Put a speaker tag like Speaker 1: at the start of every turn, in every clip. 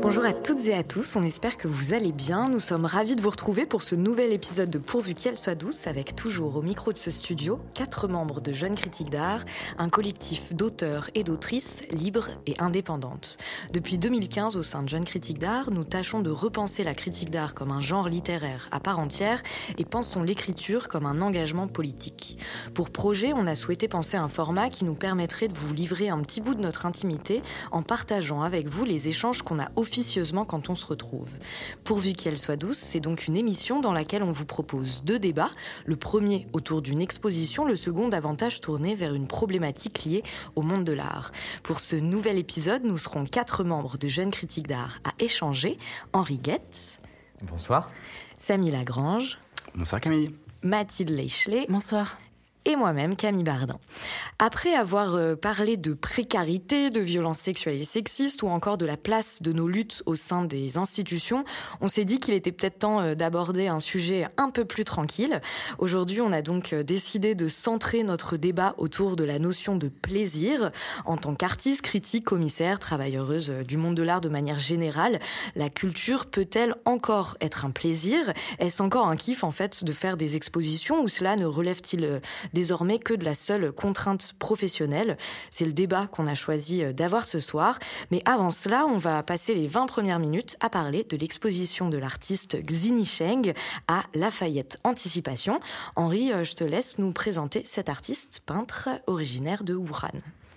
Speaker 1: Bonjour à toutes et à tous, on espère que vous allez bien. Nous sommes ravis de vous retrouver pour ce nouvel épisode de Pourvu qu'elle soit douce, avec toujours au micro de ce studio 4 membres de Jeunes Critiques d'Art, un collectif d'auteurs et d'autrices libres et indépendantes. Depuis 2015, au sein de Jeunes Critiques d'Art, nous tâchons de repenser la critique d'art comme un genre littéraire à part entière et pensons l'écriture comme un engagement politique. Pour projet, on a souhaité penser à un format qui nous permettrait de vous livrer un petit bout de notre intimité en partageant avec vous les échanges qu'on a officieusement quand on se retrouve. Pourvu qu'elle soit douce, c'est donc une émission dans laquelle on vous propose 2 débats, le premier autour d'une exposition, le second davantage tourné vers une problématique liée au monde de l'art. Pour ce nouvel épisode, nous serons 4 membres de Jeunes Critiques d'Art à échanger. Henri Guetz.
Speaker 2: Bonsoir.
Speaker 1: Samy Lagrange.
Speaker 3: Bonsoir Camille.
Speaker 1: Mathilde Leichelet.
Speaker 4: Bonsoir.
Speaker 1: Et moi-même, Camille Bardin. Après avoir parlé de précarité, de violences sexuelles et sexistes ou encore de la place de nos luttes au sein des institutions, on s'est dit qu'il était peut-être temps d'aborder un sujet un peu plus tranquille. Aujourd'hui, on a donc décidé de centrer notre débat autour de la notion de plaisir. En tant qu'artiste, critique, commissaire, travailleuse du monde de l'art de manière générale, la culture peut-elle encore être un plaisir ? Est-ce encore un kiff en fait de faire des expositions ou cela ne relève-t-il désormais que de la seule contrainte professionnelle? C'est le débat qu'on a choisi d'avoir ce soir. Mais avant cela, on va passer les 20 premières minutes à parler de l'exposition de l'artiste Xini Cheng à Lafayette Anticipation. Henri, je te laisse nous présenter cet artiste peintre originaire de Wuhan.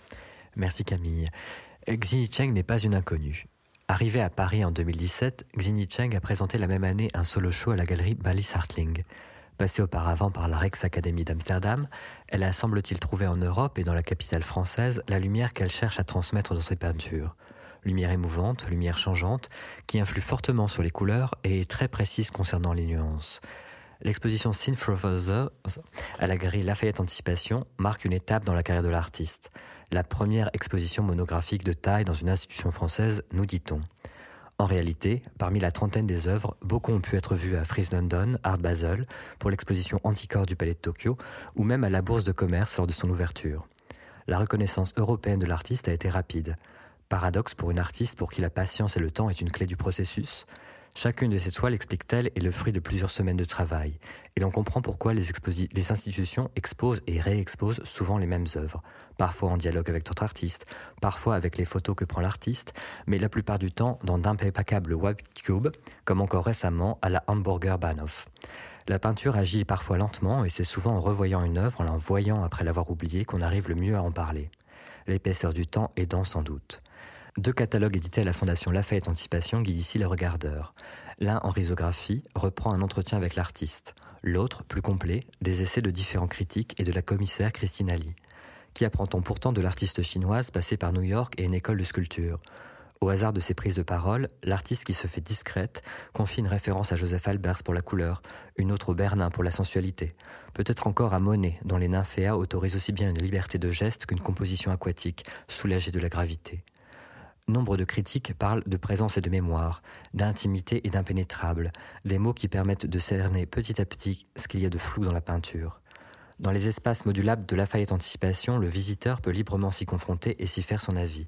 Speaker 2: Merci Camille. Xini Cheng n'est pas une inconnue. Arrivée à Paris en 2017, Xini Cheng a présenté la même année un solo show à la galerie Bally Sartling. Passée auparavant par la Rijksacademie d'Amsterdam, elle a, semble-t-il, trouvé en Europe et dans la capitale française la lumière qu'elle cherche à transmettre dans ses peintures. Lumière émouvante, lumière changeante, qui influe fortement sur les couleurs et est très précise concernant les nuances. L'exposition Synthrovers à la galerie Lafayette Anticipation marque une étape dans la carrière de l'artiste. La première exposition monographique de taille dans une institution française, nous dit-on. En réalité, parmi la trentaine des œuvres, beaucoup ont pu être vues à Frieze London, Art Basel, pour l'exposition Anticorps du Palais de Tokyo, ou même à la Bourse de commerce lors de son ouverture. La reconnaissance européenne de l'artiste a été rapide. Paradoxe pour une artiste pour qui la patience et le temps est une clé du processus. Chacune de ces toiles, explique-t-elle, est le fruit de plusieurs semaines de travail. Et l'on comprend pourquoi les institutions exposent et réexposent souvent les mêmes œuvres. Parfois en dialogue avec d'autres artistes, parfois avec les photos que prend l'artiste, mais la plupart du temps dans d'impeccables webcubes, comme encore récemment à la Hamburger Bahnhof. La peinture agit parfois lentement et c'est souvent en revoyant une œuvre, en la voyant après l'avoir oubliée, qu'on arrive le mieux à en parler. L'épaisseur du temps aidant sans doute. 2 catalogues édités à la Fondation Lafayette Anticipation guident ici les regardeurs. L'un, en risographie, reprend un entretien avec l'artiste. L'autre, plus complet, des essais de différents critiques et de la commissaire Christine Ali. Qui apprend-on pourtant de l'artiste chinoise passée par New York et une école de sculpture ? Au hasard de ses prises de parole, l'artiste qui se fait discrète confie une référence à Joseph Albers pour la couleur, une autre au Bernin pour la sensualité, peut-être encore à Monet, dont les nymphéas autorisent aussi bien une liberté de geste qu'une composition aquatique, soulagée de la gravité. Nombre de critiques parlent de présence et de mémoire, d'intimité et d'impénétrable, des mots qui permettent de cerner petit à petit ce qu'il y a de flou dans la peinture. Dans les espaces modulables de Lafayette Anticipation, le visiteur peut librement s'y confronter et s'y faire son avis.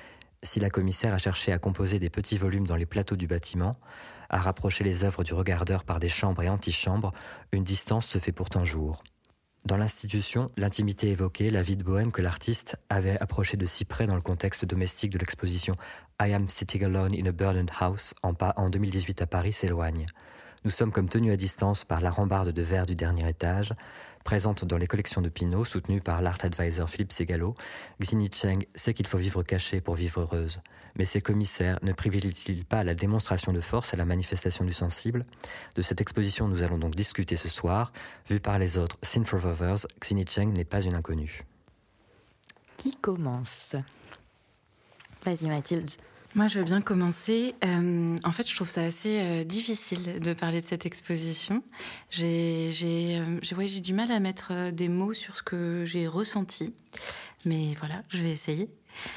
Speaker 2: Si la commissaire a cherché à composer des petits volumes dans les plateaux du bâtiment, à rapprocher les œuvres du regardeur par des chambres et antichambres, une distance se fait pourtant jour. Dans l'institution, l'intimité évoquée, la vie de bohème que l'artiste avait approché de si près dans le contexte domestique de l'exposition I Am Sitting Alone in a Burned House en 2018 à Paris s'éloigne. Nous sommes comme tenus à distance par la rambarde de verre du dernier étage, présente dans les collections de Pinault, soutenue par l'art advisor Philippe Ségalo. Xini Cheng sait qu'il faut vivre caché pour vivre heureuse. Mais ses commissaires ne privilégient-ils pas la démonstration de force à la manifestation du sensible ? De cette exposition, nous allons donc discuter ce soir. Vu par les autres Synthrovers, Xini Cheng n'est pas une inconnue.
Speaker 1: Qui commence ? Vas-y Mathilde.
Speaker 4: Moi, je veux bien commencer. En fait, je trouve ça assez difficile de parler de cette exposition. J'ai du mal à mettre des mots sur ce que j'ai ressenti. Mais voilà, je vais essayer.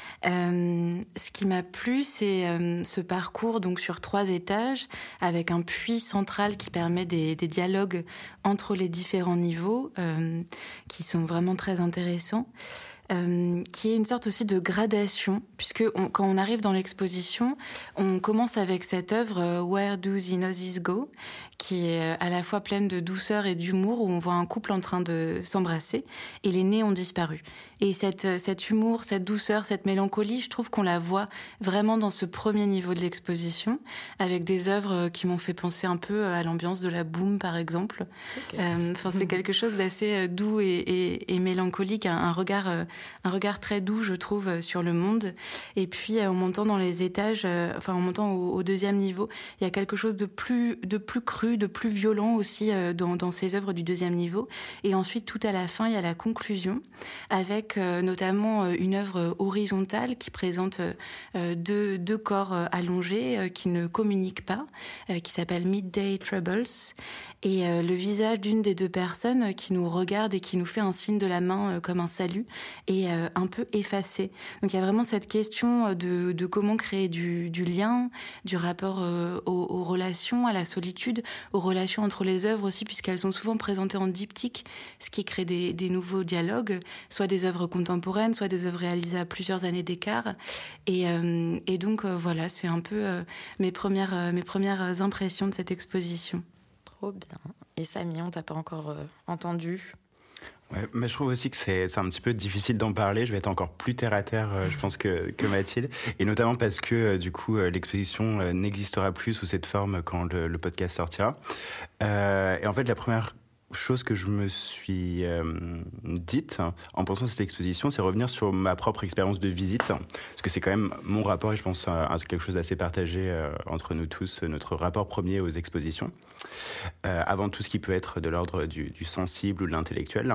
Speaker 4: Ce qui m'a plu, c'est ce parcours donc sur 3 étages avec un puits central qui permet des dialogues entre les différents niveaux qui sont vraiment très intéressants. qui est une sorte aussi de gradation, puisque quand on arrive dans l'exposition, on commence avec cette œuvre Where Do the Noses Go, qui est à la fois pleine de douceur et d'humour, où on voit un couple en train de s'embrasser, et les nez ont disparu. Et cet humour, cette douceur, cette mélancolie, je trouve qu'on la voit vraiment dans ce premier niveau de l'exposition, avec des œuvres qui m'ont fait penser un peu à l'ambiance de la Boom, par exemple. Okay. C'est quelque chose d'assez doux et mélancolique, un regard très doux, je trouve, sur le monde. Et puis, en montant dans les étages, en montant au deuxième niveau, il y a quelque chose de plus cru, de plus violent aussi dans ces œuvres du deuxième niveau. Et ensuite, tout à la fin, il y a la conclusion, avec notamment une œuvre horizontale qui présente deux corps allongés qui ne communiquent pas, qui s'appelle Midday Troubles, et le visage d'une des deux personnes qui nous regarde et qui nous fait un signe de la main comme un salut est un peu effacé. Donc il y a vraiment cette question de comment créer du lien, du rapport aux relations, à la solitude, aux relations entre les œuvres aussi, puisqu'elles sont souvent présentées en diptyque, ce qui crée des nouveaux dialogues, soit des œuvres contemporaines, soit des œuvres réalisées à plusieurs années d'écart. Et donc voilà, c'est un peu mes premières impressions de cette exposition.
Speaker 1: Trop bien. Et Samy, on t'a pas encore entendu?
Speaker 3: Ouais, mais je trouve aussi que c'est un petit peu difficile d'en parler. Je vais être encore plus terre à terre, je pense, que Mathilde. Et notamment parce que, du coup, l'exposition n'existera plus sous cette forme quand le podcast sortira. Et en fait, la première chose que je me suis dite en pensant à cette exposition, c'est revenir sur ma propre expérience de visite, parce que c'est quand même mon rapport, et je pense à quelque chose d'assez partagé entre nous tous, notre rapport premier aux expositions, avant tout ce qui peut être de l'ordre du sensible ou de l'intellectuel.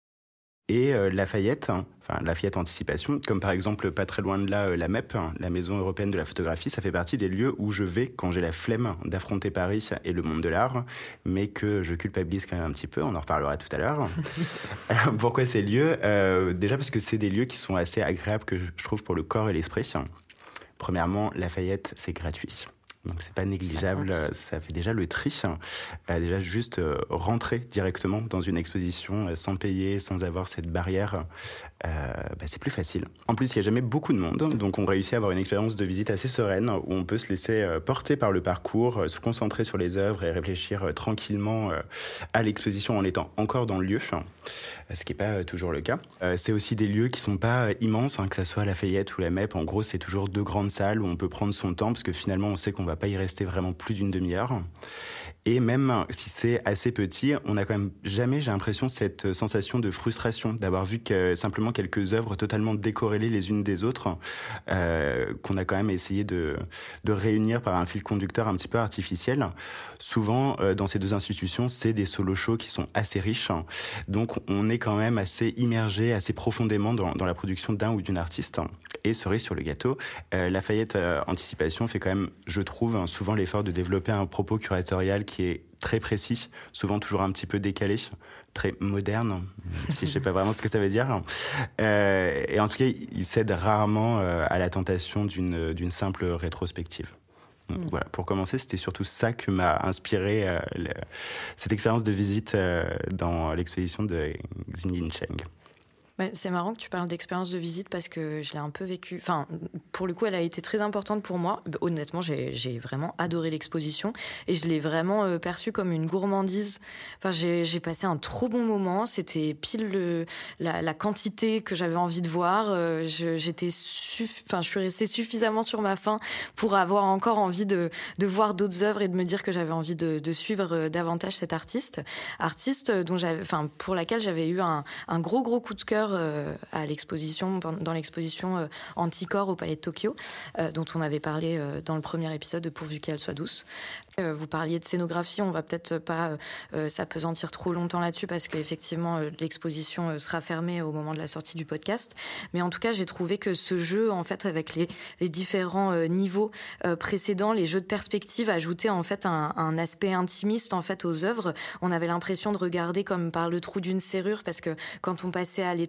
Speaker 3: Et Lafayette Anticipation, comme par exemple pas très loin de là, la MEP, la Maison européenne de la photographie, ça fait partie des lieux où je vais quand j'ai la flemme d'affronter Paris et le monde de l'art, mais que je culpabilise quand même un petit peu, on en reparlera tout à l'heure. Alors, pourquoi ces lieux ? Déjà parce que c'est des lieux qui sont assez agréables, que je trouve, pour le corps et l'esprit. Premièrement, Lafayette, c'est gratuit. Donc c'est pas négligeable, ça fait déjà le tri. Déjà juste rentrer directement dans une exposition sans payer, sans avoir cette barrière, c'est plus facile. En plus, il n'y a jamais beaucoup de monde, donc on réussit à avoir une expérience de visite assez sereine, où on peut se laisser porter par le parcours, se concentrer sur les œuvres et réfléchir tranquillement à l'exposition en étant encore dans le lieu, ce qui n'est pas toujours le cas. C'est aussi des lieux qui ne sont pas immenses, que ce soit Lafayette ou la MEP. En gros, c'est toujours 2 grandes salles où on peut prendre son temps, parce que finalement, on sait qu'on va pas y rester vraiment plus d'une demi-heure. Et même si c'est assez petit, on n'a quand même jamais, j'ai l'impression, cette sensation de frustration d'avoir vu simplement quelques œuvres totalement décorrélées les unes des autres, qu'on a quand même essayé de réunir par un fil conducteur un petit peu artificiel. Souvent, dans ces 2 institutions, c'est des solo shows qui sont assez riches. Donc, on est quand même assez immergé, assez profondément dans la production d'un ou d'une artiste. Et cerise sur le gâteau, Lafayette Anticipation fait quand même, je trouve, souvent l'effort de développer un propos curatorial qui est très précis, souvent toujours un petit peu décalé, très moderne, si je sais pas vraiment ce que ça veut dire. Et en tout cas, il cède rarement à la tentation d'une simple rétrospective. Donc, voilà, pour commencer, c'était surtout ça que m'a inspiré cette expérience de visite dans l'exposition de Xinyin Cheng.
Speaker 1: C'est marrant que tu parles d'expérience de visite parce que je l'ai un peu vécu. Enfin, pour le coup, elle a été très importante pour moi. Honnêtement, j'ai vraiment adoré l'exposition et je l'ai vraiment perçue comme une gourmandise. Enfin, j'ai passé un trop bon moment. C'était pile la quantité que j'avais envie de voir. Je suis restée suffisamment sur ma faim pour avoir encore envie de voir d'autres œuvres et de me dire que j'avais envie de suivre davantage cet artiste dont pour laquelle j'avais eu un gros coup de cœur à l'exposition, dans l'exposition Anticorps au Palais de Tokyo, dont on avait parlé dans le premier épisode de Pourvu qu'elle soit douce. Vous parliez de scénographie, on va peut-être pas s'apesantir trop longtemps là-dessus parce qu'effectivement l'exposition sera fermée au moment de la sortie du podcast. Mais en tout cas, j'ai trouvé que ce jeu, en fait, avec les différents niveaux précédents, les jeux de perspective ajoutaient en fait un aspect intimiste en fait aux œuvres. On avait l'impression de regarder comme par le trou d'une serrure parce que quand on passait à l'étage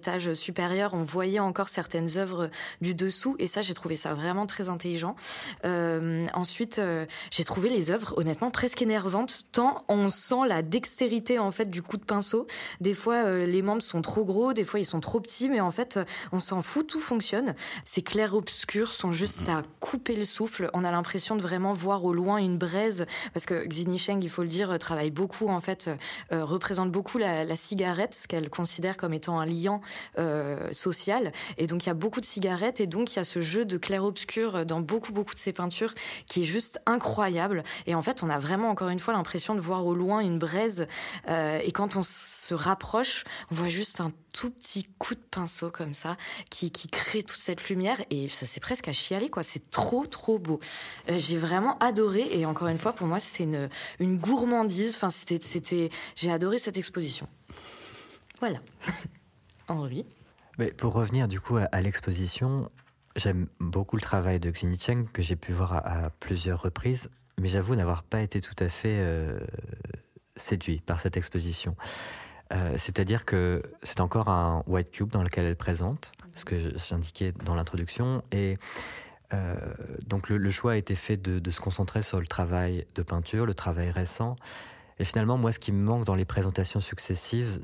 Speaker 1: étage supérieur, on voyait encore certaines œuvres du dessous, et ça, j'ai trouvé ça vraiment très intelligent. Ensuite, j'ai trouvé les œuvres honnêtement presque énervantes, tant on sent la dextérité en fait du coup de pinceau. Des fois, les membres sont trop gros, des fois ils sont trop petits, mais en fait, on s'en fout, tout fonctionne. Ces clairs-obscurs sont juste à couper le souffle. On a l'impression de vraiment voir au loin une braise, parce que Xini Cheng, il faut le dire, travaille beaucoup en fait, représente beaucoup la cigarette, ce qu'elle considère comme étant un liant social. Et donc il y a beaucoup de cigarettes, et donc il y a ce jeu de clair-obscur dans beaucoup de ses peintures qui est juste incroyable. Et en fait, on a vraiment encore une fois l'impression de voir au loin une braise, et quand on se rapproche, on voit juste un tout petit coup de pinceau comme ça qui crée toute cette lumière, et ça c'est presque à chialer quoi. C'est trop beau. J'ai vraiment adoré, et encore une fois pour moi c'était une gourmandise. Enfin j'ai adoré cette exposition. Voilà. Henri.
Speaker 2: Mais pour revenir du coup à l'exposition, j'aime beaucoup le travail de Xini Cheng que j'ai pu voir à plusieurs reprises, mais j'avoue n'avoir pas été tout à fait séduit par cette exposition. C'est-à-dire que c'est encore un white cube dans lequel elle présente, ce que j'indiquais dans l'introduction, et donc le choix a été fait de se concentrer sur le travail de peinture, le travail récent. Et finalement, moi, ce qui me manque dans les présentations successives,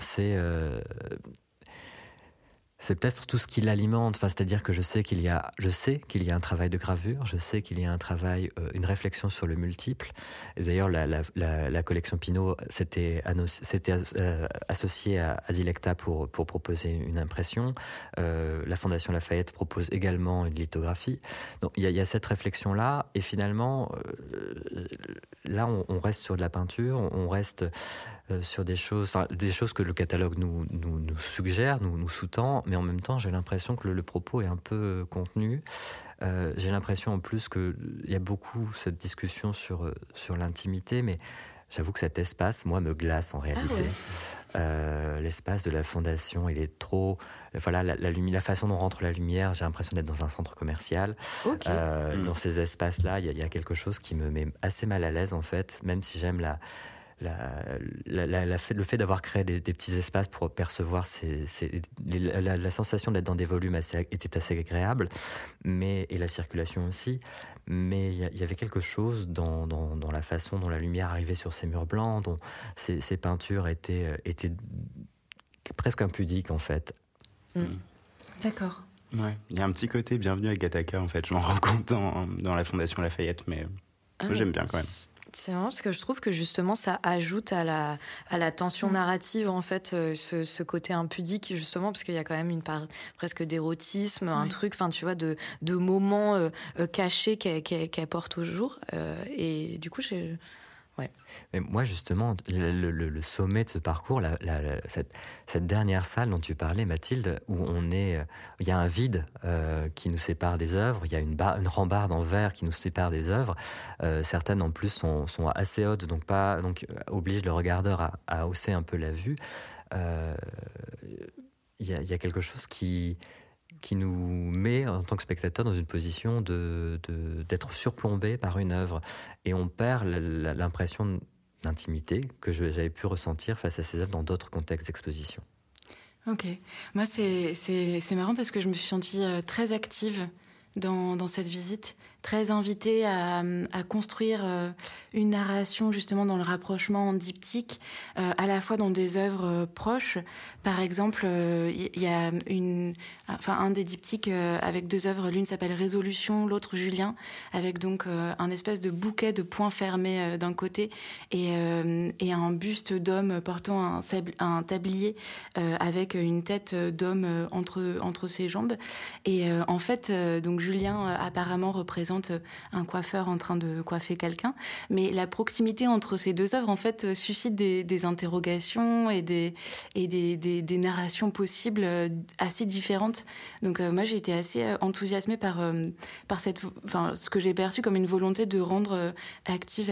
Speaker 2: c'est peut-être tout ce qui l'alimente. Enfin, c'est-à-dire que je sais qu'il y a un travail de gravure, je sais qu'il y a un travail, une réflexion sur le multiple. Et d'ailleurs, la collection Pinault s'était associée à Dilecta pour proposer une impression. La Fondation Lafayette propose également une lithographie. Donc, il y a cette réflexion-là. Et finalement, là, on reste sur de la peinture, on reste sur des choses que le catalogue nous suggère, nous sous-tend, mais en même temps, j'ai l'impression que le propos est un peu contenu. J'ai l'impression en plus qu'il y a beaucoup cette discussion sur l'intimité, mais j'avoue que cet espace, moi, me glace en réalité. Ah ouais. L'espace de la Fondation, il est trop... Voilà, la façon dont rentre la lumière, j'ai l'impression d'être dans un centre commercial. Okay. Dans ces espaces-là, il y a quelque chose qui me met assez mal à l'aise, en fait, même si j'aime le fait d'avoir créé des petits espaces pour percevoir la sensation d'être dans des volumes était assez agréable, et la circulation aussi. Mais il y avait quelque chose dans la façon dont la lumière arrivait sur ces murs blancs, dont ces peintures étaient presque impudiques en fait.
Speaker 4: D'accord.
Speaker 3: Ouais, il y a un petit côté bienvenue à Gattaca en fait. Je m'en rends compte dans la Fondation Lafayette, mais moi j'aime bien quand même.
Speaker 1: C'est marrant parce que je trouve que justement ça ajoute à la tension narrative en fait, ce côté impudique justement, parce qu'il y a quand même une part presque d'érotisme, un truc, enfin tu vois, de moments cachés qu'elle porte au jour, et du coup ouais.
Speaker 2: Mais moi justement, le sommet de ce parcours, cette dernière salle dont tu parlais, Mathilde, où il y a un vide qui nous sépare des œuvres, il y a une rambarde en verre qui nous sépare des œuvres. Certaines en plus sont assez hautes, donc obligent le regardeur à hausser un peu la vue. Il y a quelque chose qui nous met en tant que spectateur dans une position d'être surplombé par une œuvre, et on perd l'impression d'intimité que j'avais pu ressentir face à ces œuvres dans d'autres contextes d'exposition.
Speaker 4: Ok, moi c'est marrant parce que je me suis sentie très active dans cette visite, très invitée à construire une narration justement dans le rapprochement en diptyque, à la fois dans des œuvres proches. Par exemple, il y a un des diptyques avec deux œuvres, l'une s'appelle Résolution, l'autre Julien, avec donc un espèce de bouquet de poings fermés d'un côté et un buste d'homme portant un tablier avec une tête d'homme entre ses jambes. Et en fait, donc Julien apparemment représente un coiffeur en train de coiffer quelqu'un, mais la proximité entre ces deux œuvres en fait suscite des interrogations et des narrations possibles assez différentes. Donc moi j'ai été assez enthousiasmée par ce que j'ai perçu comme une volonté de rendre actif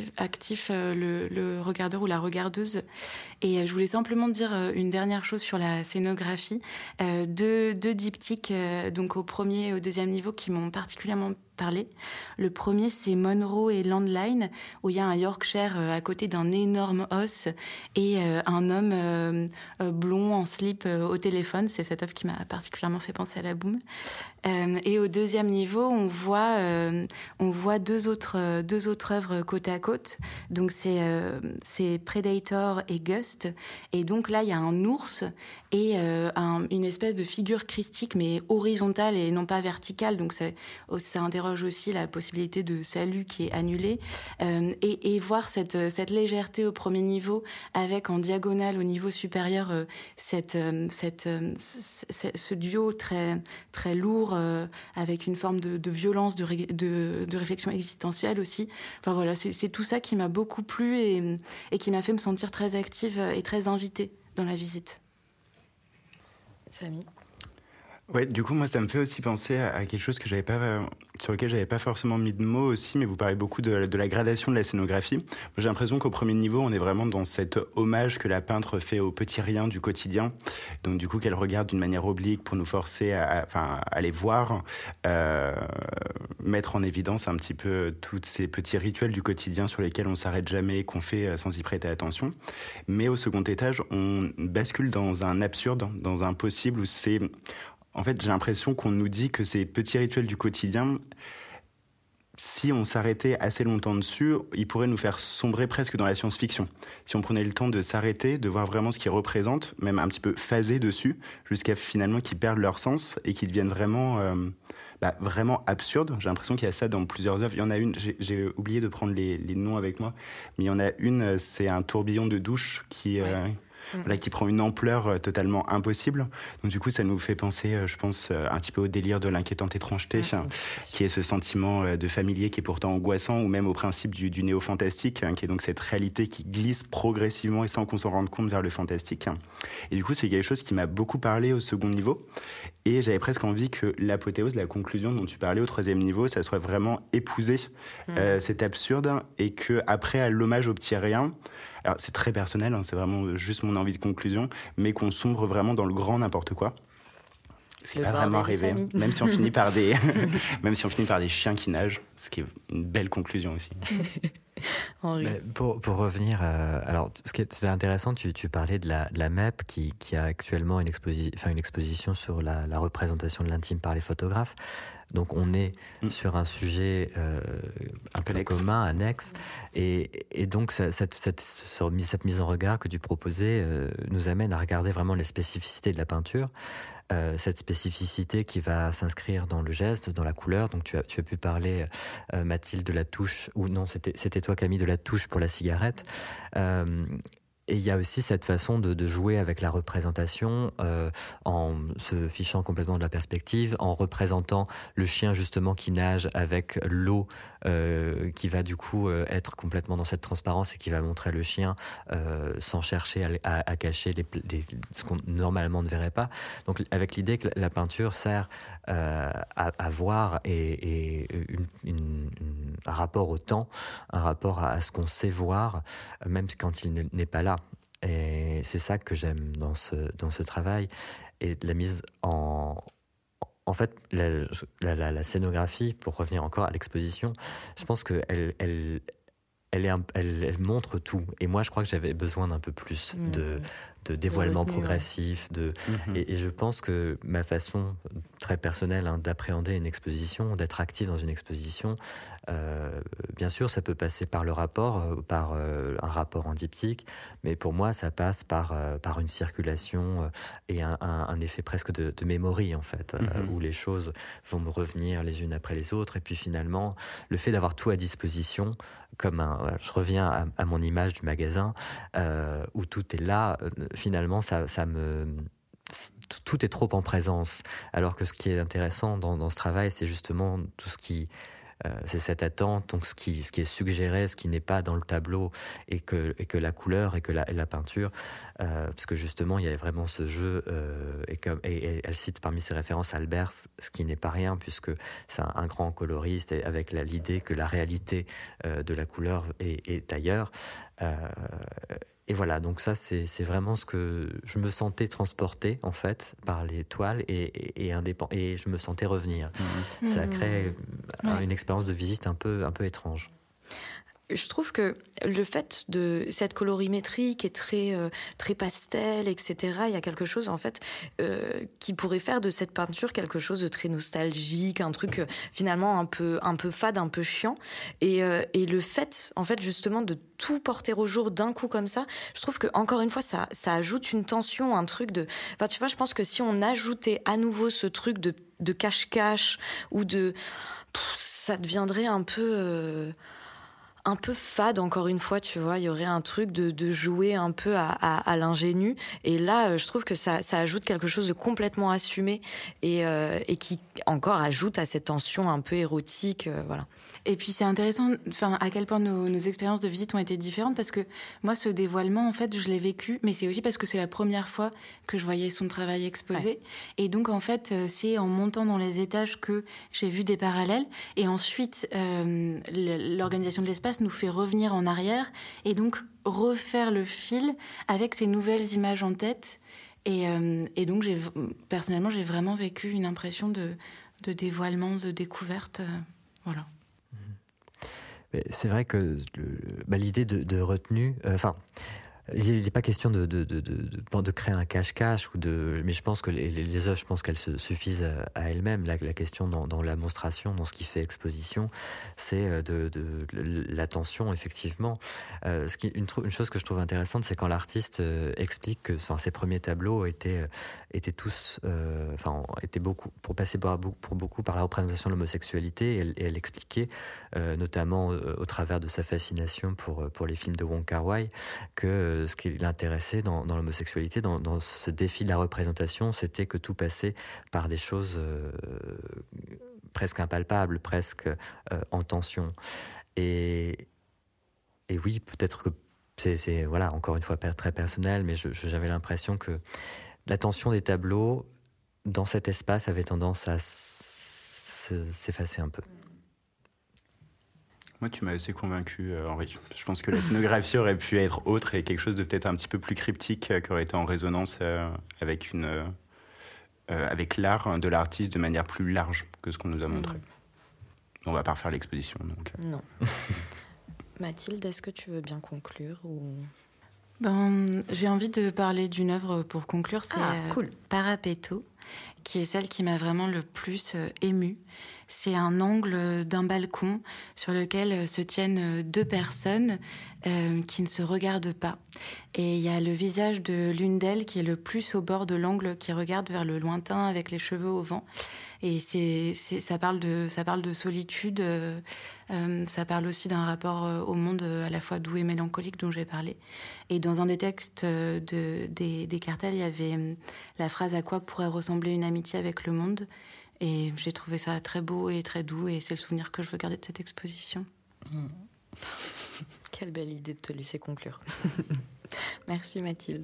Speaker 4: le regardeur ou la regardeuse. Et je voulais simplement dire une dernière chose sur la scénographie. Deux diptyques, donc au premier et au deuxième niveau, qui m'ont particulièrement parler. Le premier, c'est Monroe et Landline, où il y a un Yorkshire à côté d'un énorme os et un homme blond en slip au téléphone. C'est cette œuvre qui m'a particulièrement fait penser à la boum. Et au deuxième niveau, on voit deux autres œuvres côte à côte. Donc c'est Predator et Gust. Et donc là, il y a un ours et une espèce de figure christique, mais horizontale et non pas verticale. Donc ça interroge aussi la possibilité de salut qui est annulée. Et voir cette légèreté au premier niveau, avec en diagonale au niveau supérieur ce duo très très lourd, avec une forme de violence, de réflexion existentielle aussi. Enfin voilà, c'est tout ça qui m'a beaucoup plu et qui m'a fait me sentir très active et très invitée dans la visite.
Speaker 1: Samy ?
Speaker 3: Ouais, du coup, moi, ça me fait aussi penser à quelque chose sur lequel j'avais pas forcément mis de mots aussi, mais vous parlez beaucoup de la gradation de la scénographie. Moi, j'ai l'impression qu'au premier niveau, on est vraiment dans cet hommage que la peintre fait aux petits riens du quotidien. Donc, du coup, qu'elle regarde d'une manière oblique pour nous forcer à les voir, mettre en évidence un petit peu tous ces petits rituels du quotidien sur lesquels on s'arrête jamais, qu'on fait sans y prêter attention. Mais au second étage, on bascule dans un absurde, dans un possible où c'est... En fait, j'ai l'impression qu'on nous dit que ces petits rituels du quotidien, si on s'arrêtait assez longtemps dessus, ils pourraient nous faire sombrer presque dans la science-fiction. Si on prenait le temps de s'arrêter, de voir vraiment ce qu'ils représentent, même un petit peu phaser dessus, jusqu'à finalement qu'ils perdent leur sens et qu'ils deviennent vraiment absurdes. J'ai l'impression qu'il y a ça dans plusieurs œuvres. Il y en a une, j'ai oublié de prendre les noms avec moi, mais il y en a une, c'est un tourbillon de douche qui prend une ampleur totalement impossible. Donc du coup, ça nous fait penser, je pense, un petit peu au délire de l'inquiétante étrangeté, qui est ce sentiment de familier qui est pourtant angoissant, ou même au principe du néo-fantastique, qui est donc cette réalité qui glisse progressivement et sans qu'on s'en rende compte vers le fantastique. Et du coup, c'est quelque chose qui m'a beaucoup parlé au second niveau. Et j'avais presque envie que l'apothéose, la conclusion dont tu parlais au troisième niveau, ça soit vraiment épouser cet absurde, et que après, à l'hommage au petit rien, alors c'est très personnel, c'est vraiment juste mon envie de conclusion, mais qu'on sombre vraiment dans le grand n'importe quoi. Ce qui n'est pas vraiment arrivé, même si on finit par des chiens qui nagent, ce qui est une belle conclusion aussi.
Speaker 2: Mais pour revenir, alors ce qui est intéressant, tu parlais de la MEP qui a actuellement une exposition sur la représentation de l'intime par les photographes. Donc on est sur un sujet un peu commun, annexe, et donc cette mise en regard que tu proposais nous amène à regarder vraiment les spécificités de la peinture. Cette spécificité qui va s'inscrire dans le geste, dans la couleur. Donc tu as pu parler, Mathilde, de la touche, ou non, c'était toi Camille, de la touche pour la cigarette. Et il y a aussi cette façon de jouer avec la représentation en se fichant complètement de la perspective, en représentant le chien justement qui nage avec l'eau qui va du coup être complètement dans cette transparence et qui va montrer le chien sans chercher à cacher ce qu'on normalement ne verrait pas. Donc avec l'idée que la peinture sert à voir et un rapport au temps, un rapport à ce qu'on sait voir, même quand il n'est pas là. Et c'est ça que j'aime dans ce travail, et la mise en fait, la scénographie, pour revenir encore à l'exposition, je pense qu'elle montre tout. Et moi, je crois que j'avais besoin d'un peu plus de dévoilement progressif. Et je pense que ma façon très personnelle d'appréhender une exposition, d'être active dans une exposition, bien sûr, ça peut passer par le rapport, par un rapport en diptyque, mais pour moi, ça passe par une circulation et un effet presque de mémoire, en fait, où les choses vont me revenir les unes après les autres. Et puis finalement, le fait d'avoir tout à disposition, je reviens à mon image du magasin, où tout est là, finalement, tout est trop en présence. Alors que ce qui est intéressant dans ce travail, c'est justement tout ce qui... c'est cette attente, donc ce qui est suggéré, ce qui n'est pas dans le tableau, et que la couleur et que la peinture, parce que justement il y a vraiment ce jeu, et elle cite parmi ses références Albers, ce qui n'est pas rien, puisque c'est un grand coloriste, et avec l'idée que la réalité de la couleur est ailleurs. voilà, donc ça c'est vraiment ce que je me sentais transporté en fait par les toiles et je me sentais revenir. Ça crée une expérience de visite un peu étrange.
Speaker 1: Je trouve que le fait de cette colorimétrie qui est très pastel, etc., il y a quelque chose en fait qui pourrait faire de cette peinture quelque chose de très nostalgique, un truc finalement un peu fade, un peu chiant. Et le fait en fait justement de tout porter au jour d'un coup comme ça, je trouve que encore une fois ça ajoute une tension, un truc de. Enfin tu vois, je pense que si on ajoutait à nouveau ce truc de cache-cache ou de, ça deviendrait un peu fade, encore une fois, tu vois, il y aurait un truc de jouer un peu à l'ingénu, et là je trouve que ça ajoute quelque chose de complètement assumé et qui encore ajoute à cette tension un peu érotique, voilà.
Speaker 4: Et puis c'est intéressant, enfin à quel point nos expériences de visite ont été différentes, parce que moi ce dévoilement en fait je l'ai vécu, mais c'est aussi parce que c'est la première fois que je voyais son travail exposé, et donc en fait c'est en montant dans les étages que j'ai vu des parallèles, et ensuite l'organisation de l'espace nous fait revenir en arrière et donc refaire le fil avec ces nouvelles images en tête, et donc personnellement j'ai vraiment vécu une impression de dévoilement, de découverte, voilà.
Speaker 2: Mais c'est vrai que l'idée de retenue, il n'est pas question de créer un cache-cache mais je pense que les œuvres, je pense qu'elles se suffisent à elles-mêmes. La question dans la monstration, dans ce qui fait exposition, c'est de l'attention, effectivement. Une chose que je trouve intéressante, c'est quand l'artiste explique que ses premiers tableaux étaient beaucoup pour passer pour beaucoup par la représentation de l'homosexualité, et elle expliquait notamment au travers de sa fascination pour les films de Wong Kar-wai, que ce qui l'intéressait dans l'homosexualité, dans ce défi de la représentation, c'était que tout passait par des choses presque impalpables, presque en tension. Et oui, peut-être que c'est voilà, encore une fois très personnel, mais j'avais l'impression que la tension des tableaux dans cet espace avait tendance à s'effacer un peu.
Speaker 3: Moi, tu m'as assez convaincu, Henri. Je pense que la scénographie aurait pu être autre et quelque chose de peut-être un petit peu plus cryptique qui aurait été en résonance avec l'art de l'artiste de manière plus large que ce qu'on nous a montré. On va pas refaire l'exposition, donc.
Speaker 1: Non. Mathilde, est-ce que tu veux bien conclure ou...
Speaker 4: J'ai envie de parler d'une œuvre pour conclure, c'est
Speaker 1: cool.
Speaker 4: Parapeto, qui est celle qui m'a vraiment le plus émue. C'est un angle d'un balcon sur lequel se tiennent deux personnes qui ne se regardent pas. Et il y a le visage de l'une d'elles qui est le plus au bord de l'angle, qui regarde vers le lointain avec les cheveux au vent. Et ça parle de solitude, ça parle aussi d'un rapport au monde à la fois doux et mélancolique dont j'ai parlé. Et dans un des textes des cartels, il y avait la phrase « À quoi pourrait ressembler une amitié avec le monde ?» Et j'ai trouvé ça très beau et très doux, et c'est le souvenir que je veux garder de cette exposition.
Speaker 1: Quelle belle idée de te laisser conclure. Merci Mathilde.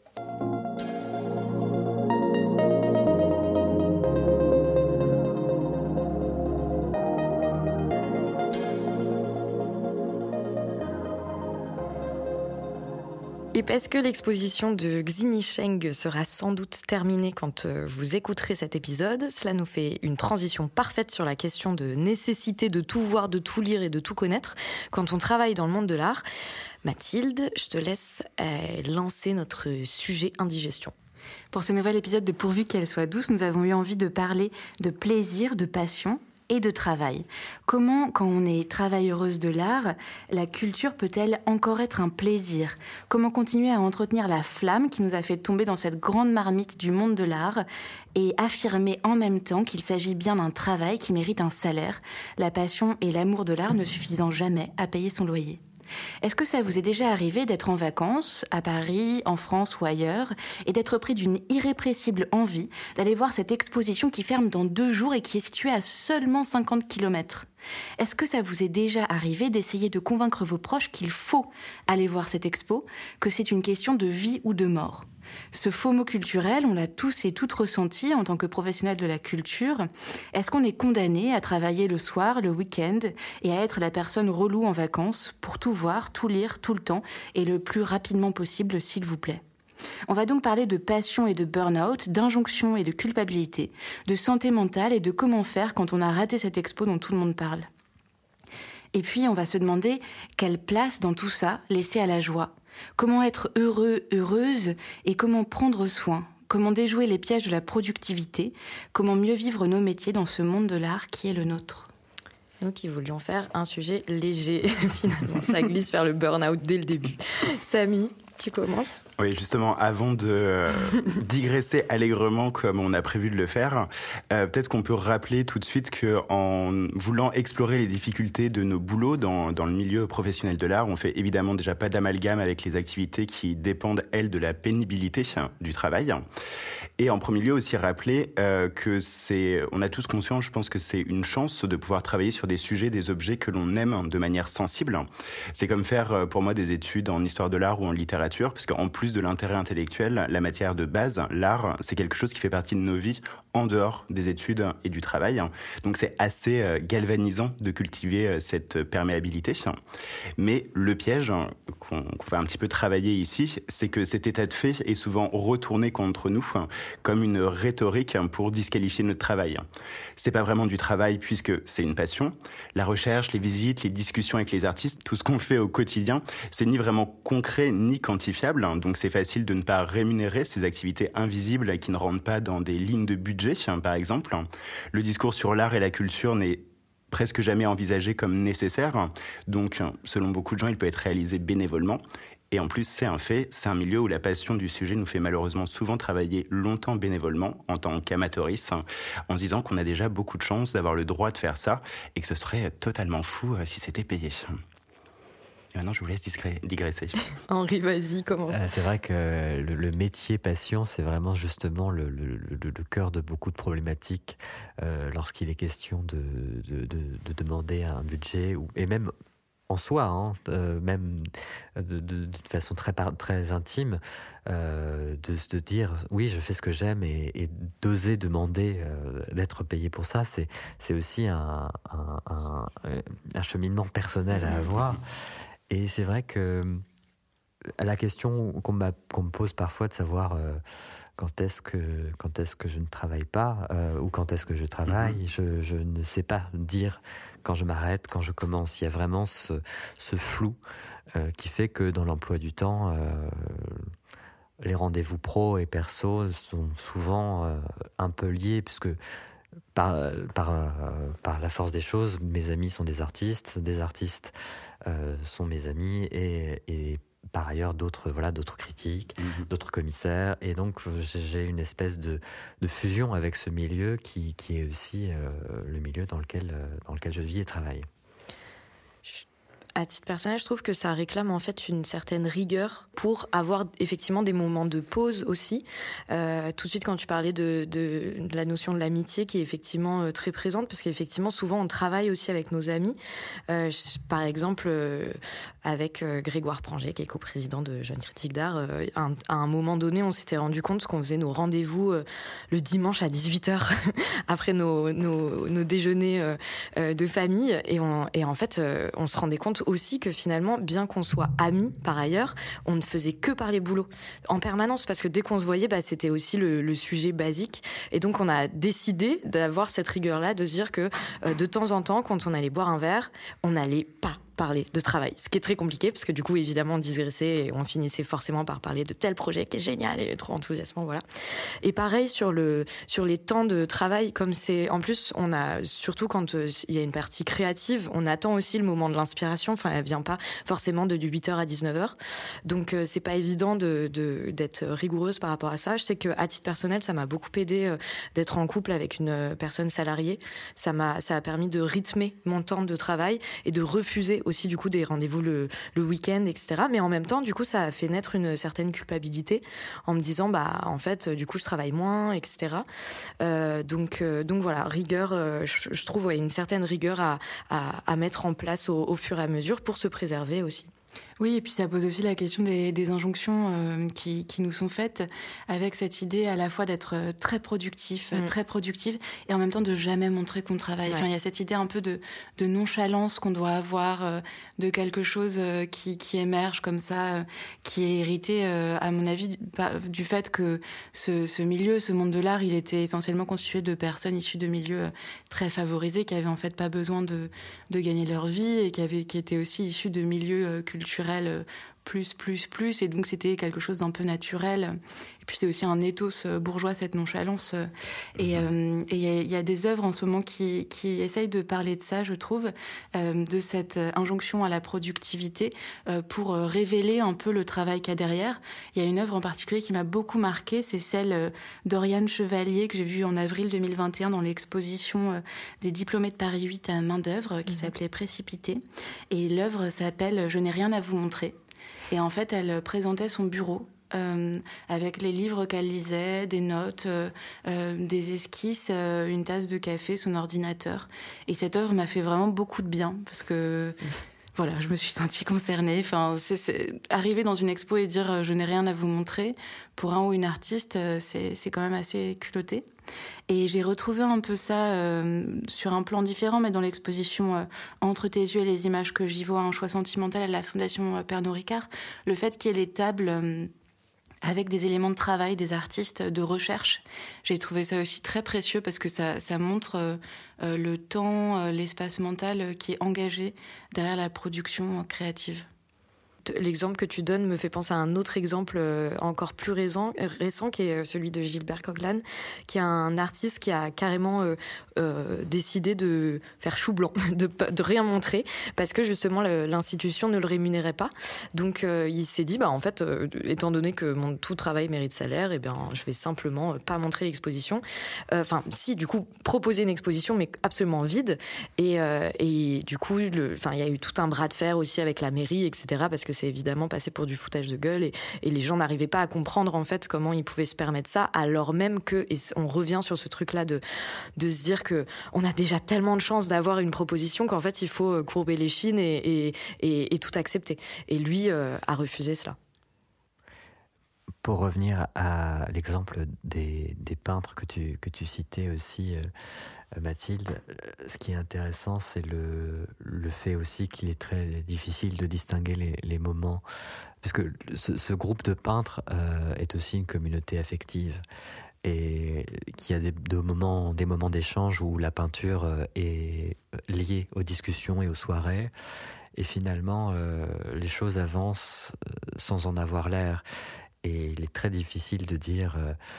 Speaker 1: Et parce que l'exposition de Xini Sheng sera sans doute terminée quand vous écouterez cet épisode, cela nous fait une transition parfaite sur la question de nécessité de tout voir, de tout lire et de tout connaître quand on travaille dans le monde de l'art. Mathilde, je te laisse lancer notre sujet indigestion.
Speaker 4: Pour ce nouvel épisode de Pourvu qu'elle soit douce, nous avons eu envie de parler de plaisir, de passion et de travail. Comment, quand on est travailleuse de l'art, la culture peut-elle encore être un plaisir ? Comment continuer à entretenir la flamme qui nous a fait tomber dans cette grande marmite du monde de l'art et affirmer en même temps qu'il s'agit bien d'un travail qui mérite un salaire, la passion et l'amour de l'art ne suffisant jamais à payer son loyer ? Est-ce que ça vous est déjà arrivé d'être en vacances, à Paris, en France ou ailleurs, et d'être pris d'une irrépressible envie d'aller voir cette exposition qui ferme dans 2 jours et qui est située à seulement 50 km ? Est-ce que ça vous est déjà arrivé d'essayer de convaincre vos proches qu'il faut aller voir cette expo, que c'est une question de vie ou de mort ? Ce FOMO culturel, on l'a tous et toutes ressenti en tant que professionnels de la culture. Est-ce qu'on est condamné à travailler le soir, le week-end, et à être la personne relou en vacances pour tout voir, tout lire, tout le temps, et le plus rapidement possible, s'il vous plaît ? On va donc parler de passion et de burn-out, d'injonction et de culpabilité, de santé mentale et de comment faire quand on a raté cette expo dont tout le monde parle. Et puis, on va se demander quelle place dans tout ça laisser à la joie. Comment être heureux, heureuse et comment prendre soin. Comment déjouer les pièges de la productivité. Comment mieux vivre nos métiers dans ce monde de l'art qui est le nôtre.
Speaker 1: Nous qui voulions faire un sujet léger, finalement, ça glisse vers le burn-out dès le début. Samy, tu commences ?
Speaker 3: Oui, justement, avant de digresser allègrement comme on a prévu de le faire, peut-être qu'on peut rappeler tout de suite qu'en voulant explorer les difficultés de nos boulots dans le milieu professionnel de l'art, on fait évidemment déjà pas d'amalgame avec les activités qui dépendent, elles, de la pénibilité du travail. Et en premier lieu aussi rappeler on a tous conscience, je pense que c'est une chance de pouvoir travailler sur des sujets, des objets que l'on aime de manière sensible. C'est comme faire pour moi des études en histoire de l'art ou en littérature, parce qu'en plus de l'intérêt intellectuel, la matière de base, l'art, c'est quelque chose qui fait partie de nos vies en dehors des études et du travail. Donc c'est assez galvanisant de cultiver cette perméabilité. Mais le piège qu'on va un petit peu travailler ici, c'est que cet état de fait est souvent retourné contre nous comme une rhétorique pour disqualifier notre travail. C'est pas vraiment du travail puisque c'est une passion. La recherche, les visites, les discussions avec les artistes, tout ce qu'on fait au quotidien, c'est ni vraiment concret ni quantifiable. Donc c'est facile de ne pas rémunérer ces activités invisibles qui ne rentrent pas dans des lignes de budget, par exemple. Le discours sur l'art et la culture n'est presque jamais envisagé comme nécessaire. Donc, selon beaucoup de gens, il peut être réalisé bénévolement. Et en plus, c'est un fait, c'est un milieu où la passion du sujet nous fait malheureusement souvent travailler longtemps bénévolement, en tant qu'amateuristes, en se disant qu'on a déjà beaucoup de chance d'avoir le droit de faire ça et que ce serait totalement fou si c'était payé. Et maintenant, je vous laisse digresser.
Speaker 1: Henri, vas-y, commence.
Speaker 2: C'est vrai que le métier passion, c'est vraiment justement le cœur de beaucoup de problématiques lorsqu'il est question de demander un budget, et même en soi, même de façon très intime, de dire oui, je fais ce que j'aime et d'oser demander d'être payé pour ça, c'est aussi un cheminement personnel à avoir. Et c'est vrai que la question qu'on me pose parfois de savoir quand est-ce que je ne travaille pas ou quand est-ce que je travaille, je ne sais pas dire quand je m'arrête, quand je commence. Il y a vraiment ce flou qui fait que dans l'emploi du temps, les rendez-vous pro et perso sont souvent un peu liés, puisque par la force des choses, mes amis sont des artistes sont mes amis et par ailleurs d'autres critiques, d'autres commissaires, et donc j'ai une espèce de fusion avec ce milieu qui est aussi le milieu dans lequel je vis et travaille.
Speaker 1: À titre personnel, je trouve que ça réclame en fait une certaine rigueur pour avoir effectivement des moments de pause aussi. Tout de suite, quand tu parlais de la notion de l'amitié qui est effectivement très présente, parce qu'effectivement, souvent, on travaille aussi avec nos amis. Par exemple, avec Grégoire Pranger, qui est coprésident de Jeunes Critiques d'Art, à un moment donné, on s'était rendu compte qu'on faisait nos rendez-vous le dimanche à 18h après nos déjeuners de famille. Et en fait, on se rendait compte aussi que finalement, bien qu'on soit amis par ailleurs, on ne faisait que parler boulot en permanence, parce que dès qu'on se voyait, c'était aussi le sujet basique. Et donc on a décidé d'avoir cette rigueur-là, de se dire que de temps en temps, quand on allait boire un verre, on n'allait pas parler de travail, ce qui est très compliqué parce que du coup évidemment on digressait et on finissait forcément par parler de tel projet qui est génial et trop enthousiasmant, voilà. Et pareil sur les temps de travail, comme c'est en plus on a, surtout quand il y a une partie créative, on attend aussi le moment de l'inspiration, enfin elle vient pas forcément de 8h à 19h, donc c'est pas évident d'être rigoureuse par rapport à ça. Je sais que à titre personnel ça m'a beaucoup aidé d'être en couple avec une personne salariée, ça a permis de rythmer mon temps de travail et de refuser j'avais aussi du coup des rendez-vous le week-end, etc. Mais en même temps, du coup, ça a fait naître une certaine culpabilité en me disant, en fait, du coup, je travaille moins, etc. Donc voilà, rigueur, je trouve une certaine rigueur à mettre en place au fur et à mesure pour se préserver aussi.
Speaker 4: Oui, et puis ça pose aussi la question des injonctions qui nous sont faites, avec cette idée à la fois d'être très productive, et en même temps de jamais montrer qu'on travaille. Ouais. Enfin, il y a cette idée un peu de nonchalance qu'on doit avoir, de quelque chose qui émerge comme ça, qui est hérité, à mon avis, du fait que ce milieu, ce monde de l'art, il était essentiellement constitué de personnes issues de milieux très favorisés, qui avaient en fait pas besoin de gagner leur vie, et qui étaient aussi issus de milieux culturels plus, et donc c'était quelque chose d'un peu naturel. Et puis c'est aussi un ethos bourgeois, cette nonchalance. Et il y a des œuvres en ce moment qui essayent de parler de ça, je trouve, de cette injonction à la productivité, pour révéler un peu le travail qu'il y a derrière. Il y a une œuvre en particulier qui m'a beaucoup marquée, c'est celle d'Oriane Chevalier, que j'ai vue en avril 2021 dans l'exposition des diplômés de Paris 8 à main d'œuvre, qui s'appelait Précipité. Et l'œuvre s'appelle « Je n'ai rien à vous montrer ». Et en fait, elle présentait son bureau avec les livres qu'elle lisait, des notes, des esquisses, une tasse de café, son ordinateur. Et cette œuvre m'a fait vraiment beaucoup de bien parce que voilà, je me suis sentie concernée. Enfin, c'est arriver dans une expo et dire je n'ai rien à vous montrer, pour un ou une artiste, c'est quand même assez culotté. Et j'ai retrouvé un peu ça sur un plan différent, mais dans l'exposition Entre tes yeux et les images que j'y vois, un choix sentimental à la Fondation Pernod Ricard, le fait qu'il y ait les tables avec des éléments de travail des artistes, de recherche, j'ai trouvé ça aussi très précieux parce que ça montre le temps, l'espace mental qui est engagé derrière la production créative.
Speaker 1: L'exemple que tu donnes me fait penser à un autre exemple encore plus récent qui est celui de Gilbert Coglan, qui est un artiste qui a carrément décidé de faire chou blanc, de rien montrer, parce que justement l'institution ne le rémunérait pas. Donc il s'est dit, en fait, étant donné que mon tout travail mérite salaire, je vais simplement pas montrer l'exposition. Si, du coup, proposer une exposition, mais absolument vide. Et du coup, il y a eu tout un bras de fer aussi avec la mairie, etc., parce que c'est évidemment passé pour du foutage de gueule et les gens n'arrivaient pas à comprendre en fait comment ils pouvaient se permettre ça, alors même que, et on revient sur ce truc-là de se dire que on a déjà tellement de chance d'avoir une proposition qu'en fait il faut courber les chines et tout accepter. Et lui a refusé cela.
Speaker 2: Pour revenir à l'exemple des peintres que tu citais aussi, Mathilde, ce qui est intéressant, c'est le fait aussi qu'il est très difficile de distinguer les moments, puisque ce groupe de peintres est aussi une communauté affective, et qui a des moments d'échange où la peinture est liée aux discussions et aux soirées, et finalement les choses avancent sans en avoir l'air. Et il est très difficile de dire,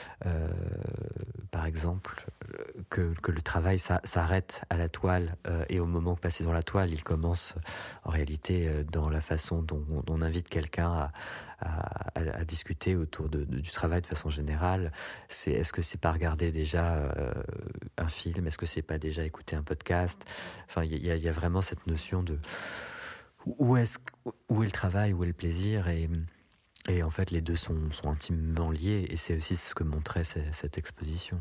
Speaker 2: par exemple, que le travail s'arrête à la toile, et au moment passé dans la toile, il commence en réalité dans la façon dont on invite quelqu'un à discuter autour du travail de façon générale. Est-ce que c'est pas regarder déjà un film? Est-ce que c'est pas déjà écouter un podcast? Enfin, il y a vraiment cette notion de où est le travail, où est le plaisir, et en fait, les deux sont intimement liés, et c'est aussi ce que montrait cette exposition.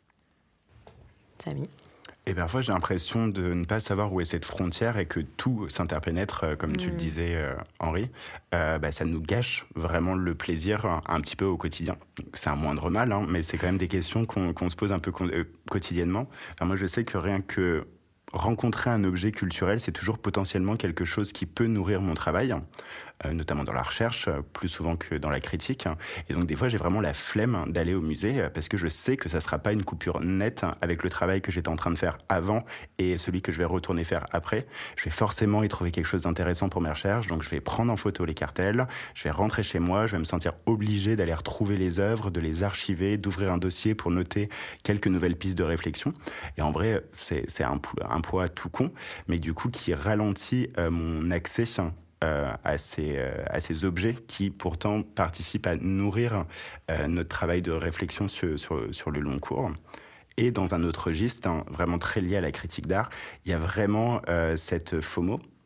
Speaker 1: Samy?
Speaker 3: Et parfois, j'ai l'impression de ne pas savoir où est cette frontière et que tout s'interpénètre, comme tu le disais, Henri. Ça nous gâche vraiment le plaisir un petit peu au quotidien. C'est un moindre mal, hein, mais c'est quand même des questions qu'on se pose un peu quotidiennement. Enfin, moi, je sais que rien que rencontrer un objet culturel, c'est toujours potentiellement quelque chose qui peut nourrir mon travail, notamment dans la recherche, plus souvent que dans la critique. Et donc des fois, j'ai vraiment la flemme d'aller au musée parce que je sais que ça ne sera pas une coupure nette avec le travail que j'étais en train de faire avant et celui que je vais retourner faire après. Je vais forcément y trouver quelque chose d'intéressant pour mes recherches, donc je vais prendre en photo les cartels, je vais rentrer chez moi, je vais me sentir obligé d'aller retrouver les œuvres, de les archiver, d'ouvrir un dossier pour noter quelques nouvelles pistes de réflexion. Et en vrai, c'est un poids tout con, mais du coup qui ralentit mon accès à ces objets qui pourtant participent à nourrir notre travail de réflexion sur le long cours. Et dans un autre registre, vraiment très lié à la critique d'art, il y a vraiment cette FOMO,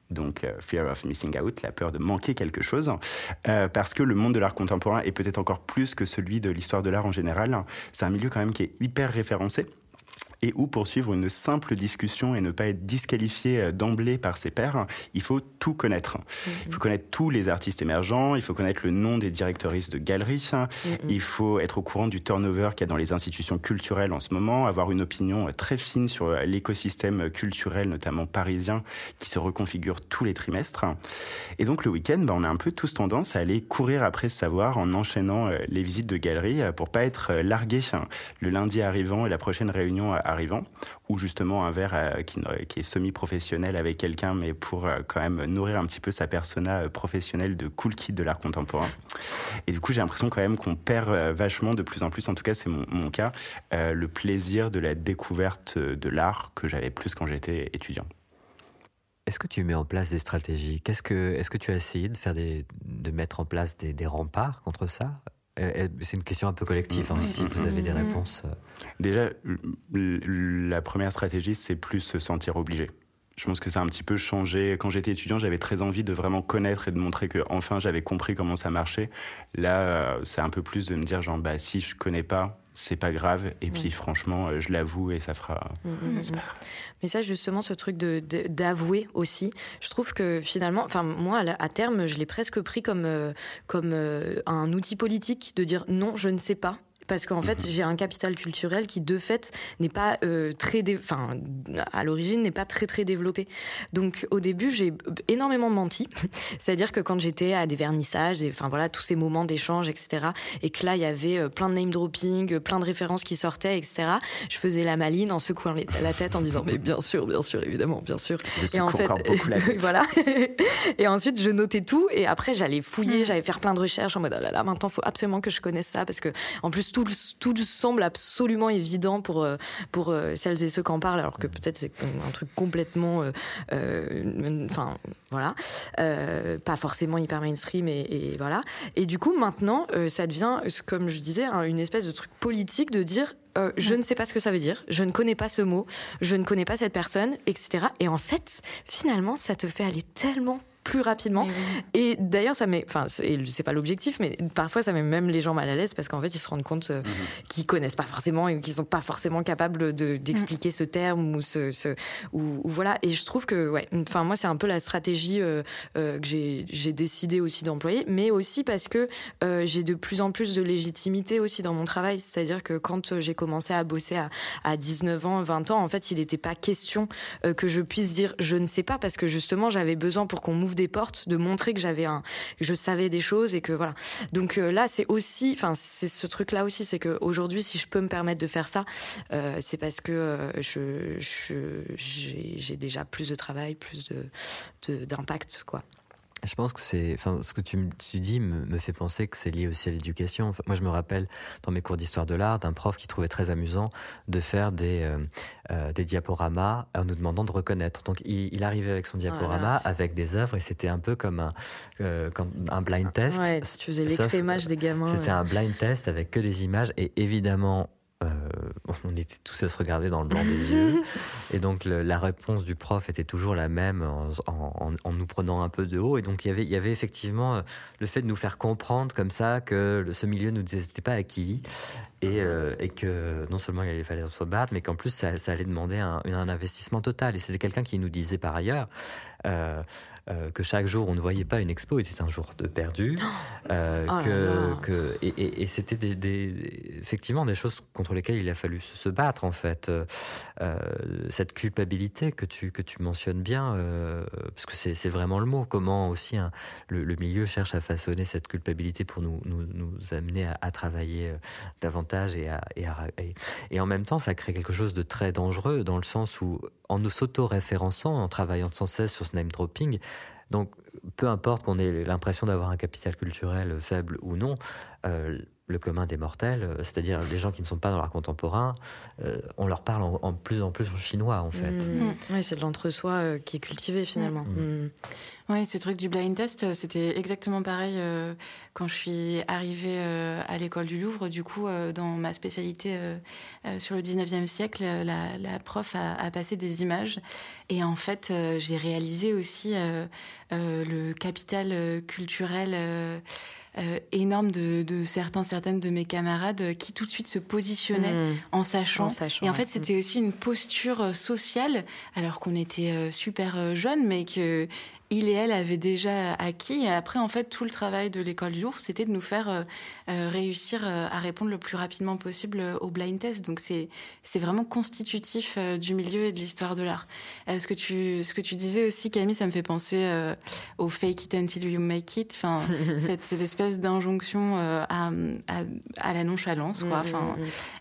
Speaker 3: donc fear of missing out, la peur de manquer quelque chose, parce que le monde de l'art contemporain est peut-être encore plus que celui de l'histoire de l'art en général. C'est un milieu quand même qui est hyper référencé, et où pour suivre une simple discussion et ne pas être disqualifié d'emblée par ses pairs, il faut tout connaître. Il faut connaître tous les artistes émergents, il faut connaître le nom des directrices de galeries, il faut être au courant du turnover qu'il y a dans les institutions culturelles en ce moment, avoir une opinion très fine sur l'écosystème culturel, notamment parisien, qui se reconfigure tous les trimestres. Et donc le week-end, on a un peu tous tendance à aller courir après ce savoir en enchaînant les visites de galeries pour pas être largué le lundi arrivant et la prochaine réunion arrivant, ou justement un verre qui est semi-professionnel avec quelqu'un, mais pour quand même nourrir un petit peu sa persona professionnelle de cool kid de l'art contemporain. Et du coup, j'ai l'impression quand même qu'on perd vachement, de plus en plus, en tout cas c'est mon cas, le plaisir de la découverte de l'art que j'avais plus quand j'étais étudiant.
Speaker 2: Est-ce que tu mets en place des stratégies ? Est-ce que tu as essayé de mettre en place des remparts contre ça ? C'est une question un peu collective, si vous avez des réponses.
Speaker 3: Déjà, la première stratégie, c'est plus se sentir obligé. Je pense que ça a un petit peu changé. Quand j'étais étudiant, j'avais très envie de vraiment connaître et de montrer que enfin j'avais compris comment ça marchait. Là, c'est un peu plus de me dire si je connais pas, c'est pas grave. Et puis franchement, je l'avoue et ça fera. C'est pas grave.
Speaker 1: Mais ça, justement, ce truc d'avouer aussi, je trouve que finalement, moi, à terme, je l'ai presque pris comme un outil politique de dire non, je ne sais pas. Parce qu'en fait, j'ai un capital culturel qui, de fait, n'est pas à l'origine, n'est pas très développé. Donc, au début, j'ai énormément menti. C'est-à-dire que quand j'étais à des vernissages, tous ces moments d'échange, etc., et que là, il y avait plein de name dropping, plein de références qui sortaient, etc., je faisais la maline en secouant la tête en disant, mais bien sûr, évidemment, bien sûr.
Speaker 3: Et en fait, encore beaucoup la tête.
Speaker 1: Voilà. Et ensuite, je notais tout, et après, j'allais fouiller, j'allais faire plein de recherches en mode, oh là là, maintenant, faut absolument que je connaisse ça, parce que, en plus, tout semble absolument évident pour celles et ceux qui en parlent, alors que peut-être c'est un truc complètement pas forcément hyper mainstream et voilà. Et du coup maintenant ça devient, comme je disais, une espèce de truc politique de dire je ne sais pas ce que ça veut dire, je ne connais pas ce mot, je ne connais pas cette personne, etc. Et en fait finalement ça te fait aller tellement plus rapidement. Et d'ailleurs, c'est pas l'objectif, mais parfois ça met même les gens mal à l'aise parce qu'en fait, ils se rendent compte qu'ils connaissent pas forcément et qu'ils sont pas forcément capables d'expliquer ce terme ou voilà. Et je trouve que, moi, c'est un peu la stratégie que j'ai décidé aussi d'employer, mais aussi parce que j'ai de plus en plus de légitimité aussi dans mon travail. C'est-à-dire que quand j'ai commencé à bosser à 19 ans, 20 ans, en fait, il n'était pas question que je puisse dire je ne sais pas parce que justement, j'avais besoin pour qu'on m'ouvre des portes, de montrer que je savais des choses et que voilà. Donc là, c'est aussi, c'est ce truc-là aussi, c'est que aujourd'hui, si je peux me permettre de faire ça, c'est parce que j'ai déjà plus de travail, plus d'impact, quoi.
Speaker 2: Je pense que ce que tu dis me fait penser que c'est lié aussi à l'éducation. Moi, je me rappelle dans mes cours d'histoire de l'art d'un prof qui trouvait très amusant de faire des diaporamas en nous demandant de reconnaître. Donc, il arrivait avec son diaporama avec des œuvres et c'était un peu comme un blind test.
Speaker 1: Ouais, si tu faisais l'écrémage des gamins.
Speaker 2: C'était un blind test avec que des images et évidemment, on était tous à se regarder dans le blanc des yeux et donc la réponse du prof était toujours la même en nous prenant un peu de haut et donc il y avait effectivement le fait de nous faire comprendre comme ça que ce milieu nous n'était pas acquis et que non seulement il fallait se battre mais qu'en plus ça allait demander un investissement total et c'était quelqu'un qui nous disait par ailleurs que chaque jour on ne voyait pas une expo était un jour de perdu et c'était effectivement des choses contre lesquelles il a fallu se battre en fait cette culpabilité que tu mentionnes bien parce que c'est vraiment le mot comment aussi le milieu cherche à façonner cette culpabilité pour nous amener à travailler davantage et en même temps ça crée quelque chose de très dangereux dans le sens où en nous s'auto-référençant, en travaillant sans cesse sur ce name dropping. Donc, peu importe qu'on ait l'impression d'avoir un capital culturel faible ou non, le commun des mortels, c'est-à-dire les gens qui ne sont pas dans l'art contemporain, on leur parle en plus en chinois, en fait.
Speaker 1: Oui, c'est de l'entre-soi qui est cultivé, finalement.
Speaker 4: Oui, ce truc du blind test, c'était exactement pareil quand je suis arrivée à l'école du Louvre. Du coup, dans ma spécialité sur le 19e siècle, la prof a passé des images. Et en fait, j'ai réalisé aussi le capital culturel énorme de certaines de mes camarades qui tout de suite se positionnaient en sachant. Et en fait, c'était aussi une posture sociale, alors qu'on était super jeunes, mais que il et elle avaient déjà acquis. Et après, en fait, tout le travail de l'école du Louvre, c'était de nous faire réussir à répondre le plus rapidement possible au blind test. Donc, c'est vraiment constitutif du milieu et de l'histoire de l'art. Ce que tu disais aussi, Camille, ça me fait penser au fake it until you make it. Enfin, cette espèce d'injonction à la nonchalance, quoi. Enfin,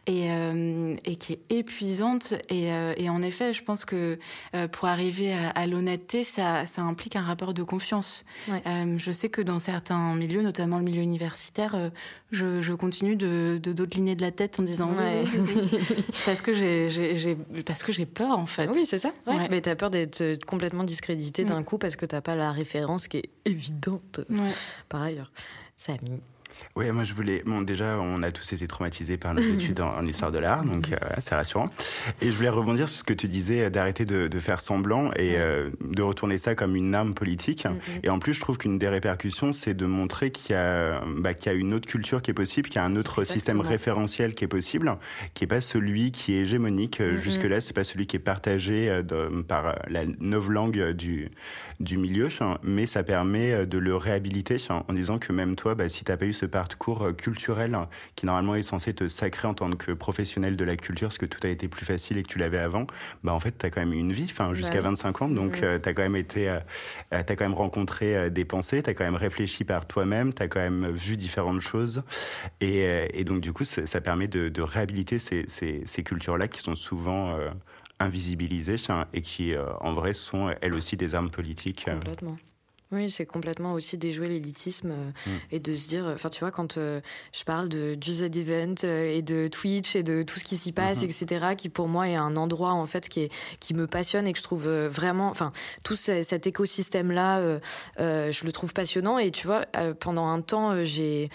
Speaker 4: et qui est épuisante. Et en effet, je pense que pour arriver à l'honnêteté, ça implique un rapport de confiance. Ouais. Je sais que dans certains milieux, notamment le milieu universitaire, je continue de dodeliner de la tête en disant parce que j'ai peur, en fait.
Speaker 1: Oui, c'est ça. Ouais. Ouais. Mais t'as peur d'être complètement discrédité d'un coup parce que t'as pas la référence qui est évidente. Ouais. Par ailleurs, Samy.
Speaker 3: Oui, moi je voulais... Bon, déjà, on a tous été traumatisés par nos études en histoire de l'art, donc c'est rassurant. Et je voulais rebondir sur ce que tu disais, d'arrêter de faire semblant et de retourner ça comme une arme politique. Et en plus, je trouve qu'une des répercussions, c'est de montrer qu'il y a une autre culture qui est possible, qu'il y a un autre système référentiel qui est possible, qui n'est pas celui qui est hégémonique. Jusque-là, c'est pas celui qui est partagé par la novlangue du milieu, mais ça permet de le réhabiliter en disant que même toi, si t'as pas eu ce parcours culturel qui normalement est censé te sacrer en tant que professionnel de la culture parce que tout a été plus facile et que tu l'avais avant, en fait t'as quand même eu une vie, jusqu'à 25 ans, donc t'as quand même rencontré des pensées, t'as quand même réfléchi par toi-même, t'as quand même vu différentes choses et donc du coup ça permet de réhabiliter ces cultures-là qui sont souvent invisibilisées et qui en vrai sont elles aussi des armes politiques.
Speaker 1: Complètement. Oui, c'est complètement aussi déjouer l'élitisme et de se dire... Enfin, tu vois, quand je parle du Z-Event et de Twitch et de tout ce qui s'y passe, etc., qui pour moi est un endroit, en fait, qui me passionne et que je trouve vraiment... Enfin, tout cet écosystème-là, je le trouve passionnant. Et tu vois, pendant un temps, je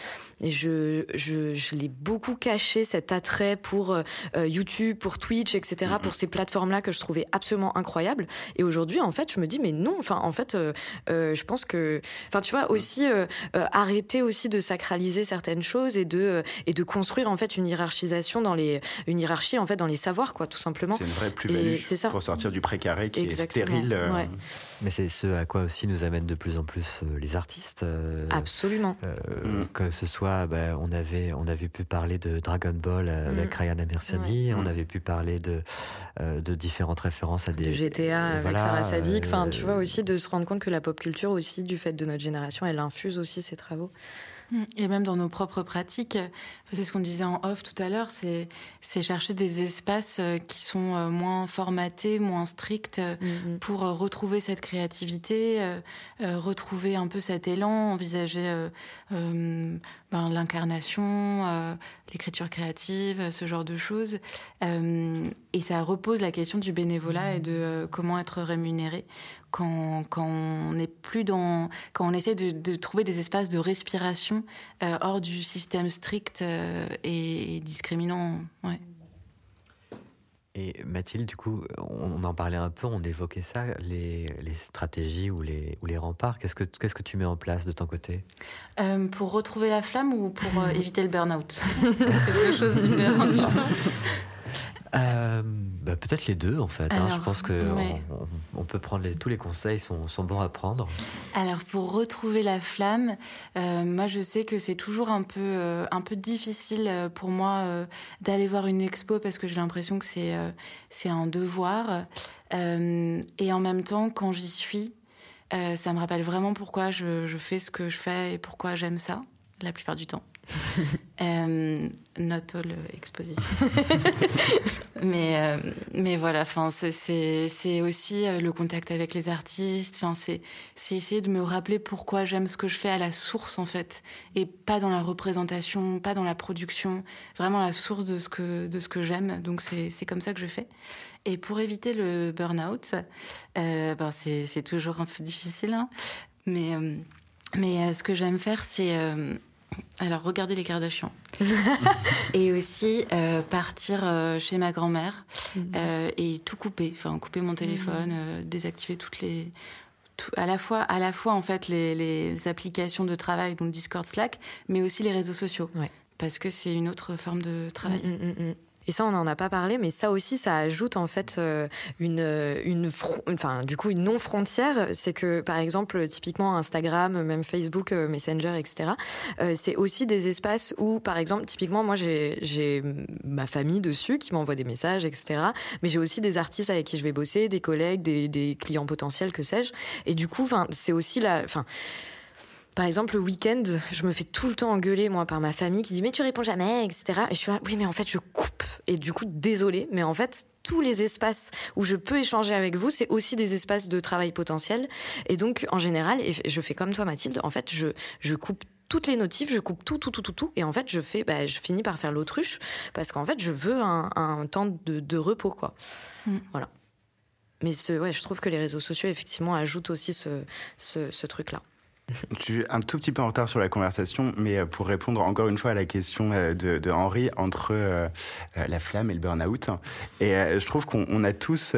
Speaker 1: l'ai beaucoup caché, cet attrait pour YouTube, pour Twitch, etc., pour ces plateformes-là que je trouvais absolument incroyables. Et aujourd'hui, en fait, je me dis, mais non, enfin, en fait... je pense que, enfin, tu vois, aussi arrêter aussi de sacraliser certaines choses et de construire en fait une hiérarchie en fait dans les savoirs, quoi, tout simplement.
Speaker 3: C'est une vraie plus-value pour sortir du précaré qui est stérile.
Speaker 1: Ouais.
Speaker 2: Mais c'est ce à quoi aussi nous amènent de plus en plus les artistes.
Speaker 1: Absolument.
Speaker 2: Que ce soit, on avait pu parler de Dragon Ball avec Ryan Amirsadi, on avait pu parler de différentes références à des...
Speaker 1: De GTA avec Sarah Sadik, enfin, tu vois, aussi de se rendre compte que la pop culture aussi, du fait de notre génération, elle infuse aussi ses travaux.
Speaker 4: Et même dans nos propres pratiques, c'est ce qu'on disait en off tout à l'heure, c'est chercher des espaces qui sont moins formatés, moins stricts, pour retrouver cette créativité, retrouver un peu cet élan, envisager l'incarnation, l'écriture créative, ce genre de choses. Et ça repose la question du bénévolat et de comment être rémunéré. Quand on n'est plus quand on essaie de trouver des espaces de respiration hors du système strict et discriminant. Ouais.
Speaker 2: Et Mathilde, du coup, on en parlait un peu, on évoquait ça, les stratégies ou les remparts. Qu'est-ce que tu mets en place de ton côté ?
Speaker 4: Pour retrouver la flamme ou pour éviter le burn-out ? C'est deux choses différentes.
Speaker 2: Peut-être les deux, en fait. Alors, je pense que on peut prendre tous les conseils sont bons à prendre.
Speaker 4: Alors, pour retrouver la flamme, moi, je sais que c'est toujours un peu difficile pour moi d'aller voir une expo parce que j'ai l'impression que c'est un devoir. Et en même temps, quand j'y suis, ça me rappelle vraiment pourquoi je fais ce que je fais et pourquoi j'aime ça. la plupart du temps. Not all exposition. mais voilà, c'est aussi le contact avec les artistes. C'est essayer de me rappeler pourquoi j'aime ce que je fais à la source, en fait, et pas dans la représentation, pas dans la production, vraiment à la source de ce que j'aime. Donc c'est comme ça que je fais. Et pour éviter le burn-out, c'est toujours un peu difficile, hein, mais ce que j'aime faire, c'est alors regarder les Kardashians et aussi partir chez ma grand-mère et tout couper, couper mon téléphone, désactiver à la fois en fait les applications de travail, donc Discord, Slack, mais aussi les réseaux sociaux, parce que c'est une autre forme de travail.
Speaker 1: Et ça, on n'en a pas parlé, mais ça aussi, ça ajoute en fait une non-frontière. C'est que, par exemple, typiquement Instagram, même Facebook, Messenger, etc., c'est aussi des espaces où, par exemple, typiquement, moi, j'ai ma famille dessus qui m'envoie des messages, etc., mais j'ai aussi des artistes avec qui je vais bosser, des collègues, des clients potentiels, que sais-je. Et du coup, c'est aussi par exemple, le week-end, je me fais tout le temps engueuler, moi, par ma famille qui dit « Mais tu réponds jamais, etc. » Et je suis là « Oui, mais en fait, je coupe. » Et du coup, désolée, mais en fait, tous les espaces où je peux échanger avec vous, c'est aussi des espaces de travail potentiel. Et donc, en général, et je fais comme toi, Mathilde, en fait, je coupe toutes les notifs, je coupe tout. Et en fait, je finis par faire l'autruche parce qu'en fait, je veux un temps de repos, quoi. Voilà. Mais je trouve que les réseaux sociaux, effectivement, ajoutent aussi ce truc-là.
Speaker 3: Je suis un tout petit peu en retard sur la conversation, mais pour répondre encore une fois à la question de Henri entre la flamme et le burn-out. Et je trouve qu'on a tous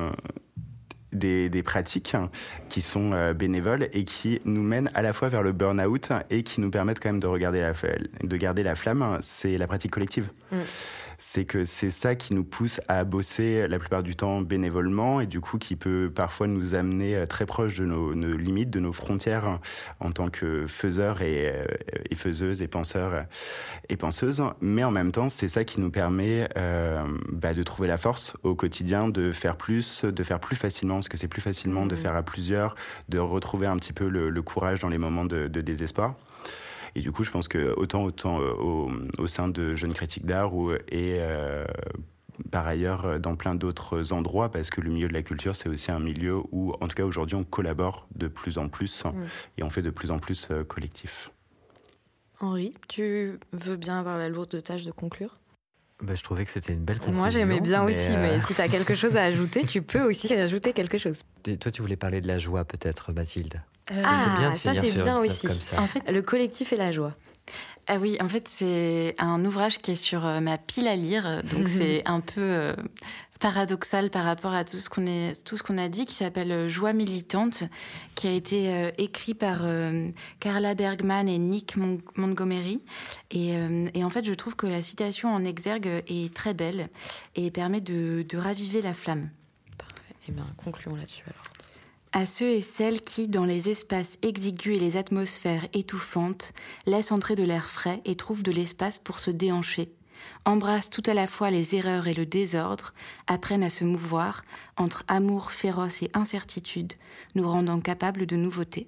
Speaker 3: des pratiques qui sont bénévoles et qui nous mènent à la fois vers le burn-out et qui nous permettent quand même de garder la flamme. C'est la pratique collective. C'est que c'est ça qui nous pousse à bosser la plupart du temps bénévolement et du coup qui peut parfois nous amener très proche de nos limites, de nos frontières en tant que faiseurs et faiseuses et penseurs et penseuses. Mais en même temps, c'est ça qui nous permet de trouver la force au quotidien, de faire plus facilement, parce que c'est plus facilement de faire à plusieurs, de retrouver un petit peu le courage dans les moments de désespoir. Et du coup, je pense que autant au sein de Jeunes Critiques d'Art et par ailleurs dans plein d'autres endroits, parce que le milieu de la culture, c'est aussi un milieu où, en tout cas aujourd'hui, on collabore de plus en plus et on fait de plus en plus collectif.
Speaker 1: Henri, tu veux bien avoir la lourde tâche de conclure ?
Speaker 2: Je trouvais que c'était une belle conclusion.
Speaker 1: Moi, j'aimais bien aussi, mais si tu as quelque chose à ajouter, tu peux aussi rajouter quelque chose.
Speaker 2: Et toi, tu voulais parler de la joie, peut-être, Mathilde ?
Speaker 1: C'est bien aussi. En fait, le collectif et la joie.
Speaker 4: Ah oui, en fait, c'est un ouvrage qui est sur ma pile à lire, donc c'est un peu paradoxal par rapport à tout ce qu'on a dit, qui s'appelle Joie militante, qui a été écrit par Carla Bergman et Nick Montgomery. Et en fait, je trouve que la citation en exergue est très belle et permet de raviver la flamme.
Speaker 1: Parfait. Eh bien, concluons là-dessus alors.
Speaker 4: À ceux et celles qui, dans les espaces exigus et les atmosphères étouffantes, laissent entrer de l'air frais et trouvent de l'espace pour se déhancher, embrassent tout à la fois les erreurs et le désordre, apprennent à se mouvoir entre amour féroce et incertitude, nous rendant capables de nouveautés.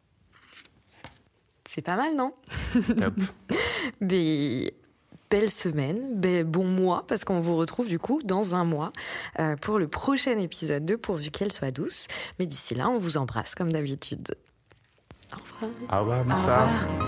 Speaker 1: C'est pas mal, non ? Mais... Belle semaine, bon mois, parce qu'on vous retrouve du coup dans un mois pour le prochain épisode de Pourvu qu'elle soit douce. Mais d'ici là, on vous embrasse comme d'habitude. Au revoir.
Speaker 3: Au revoir, bonsoir.
Speaker 4: Au revoir.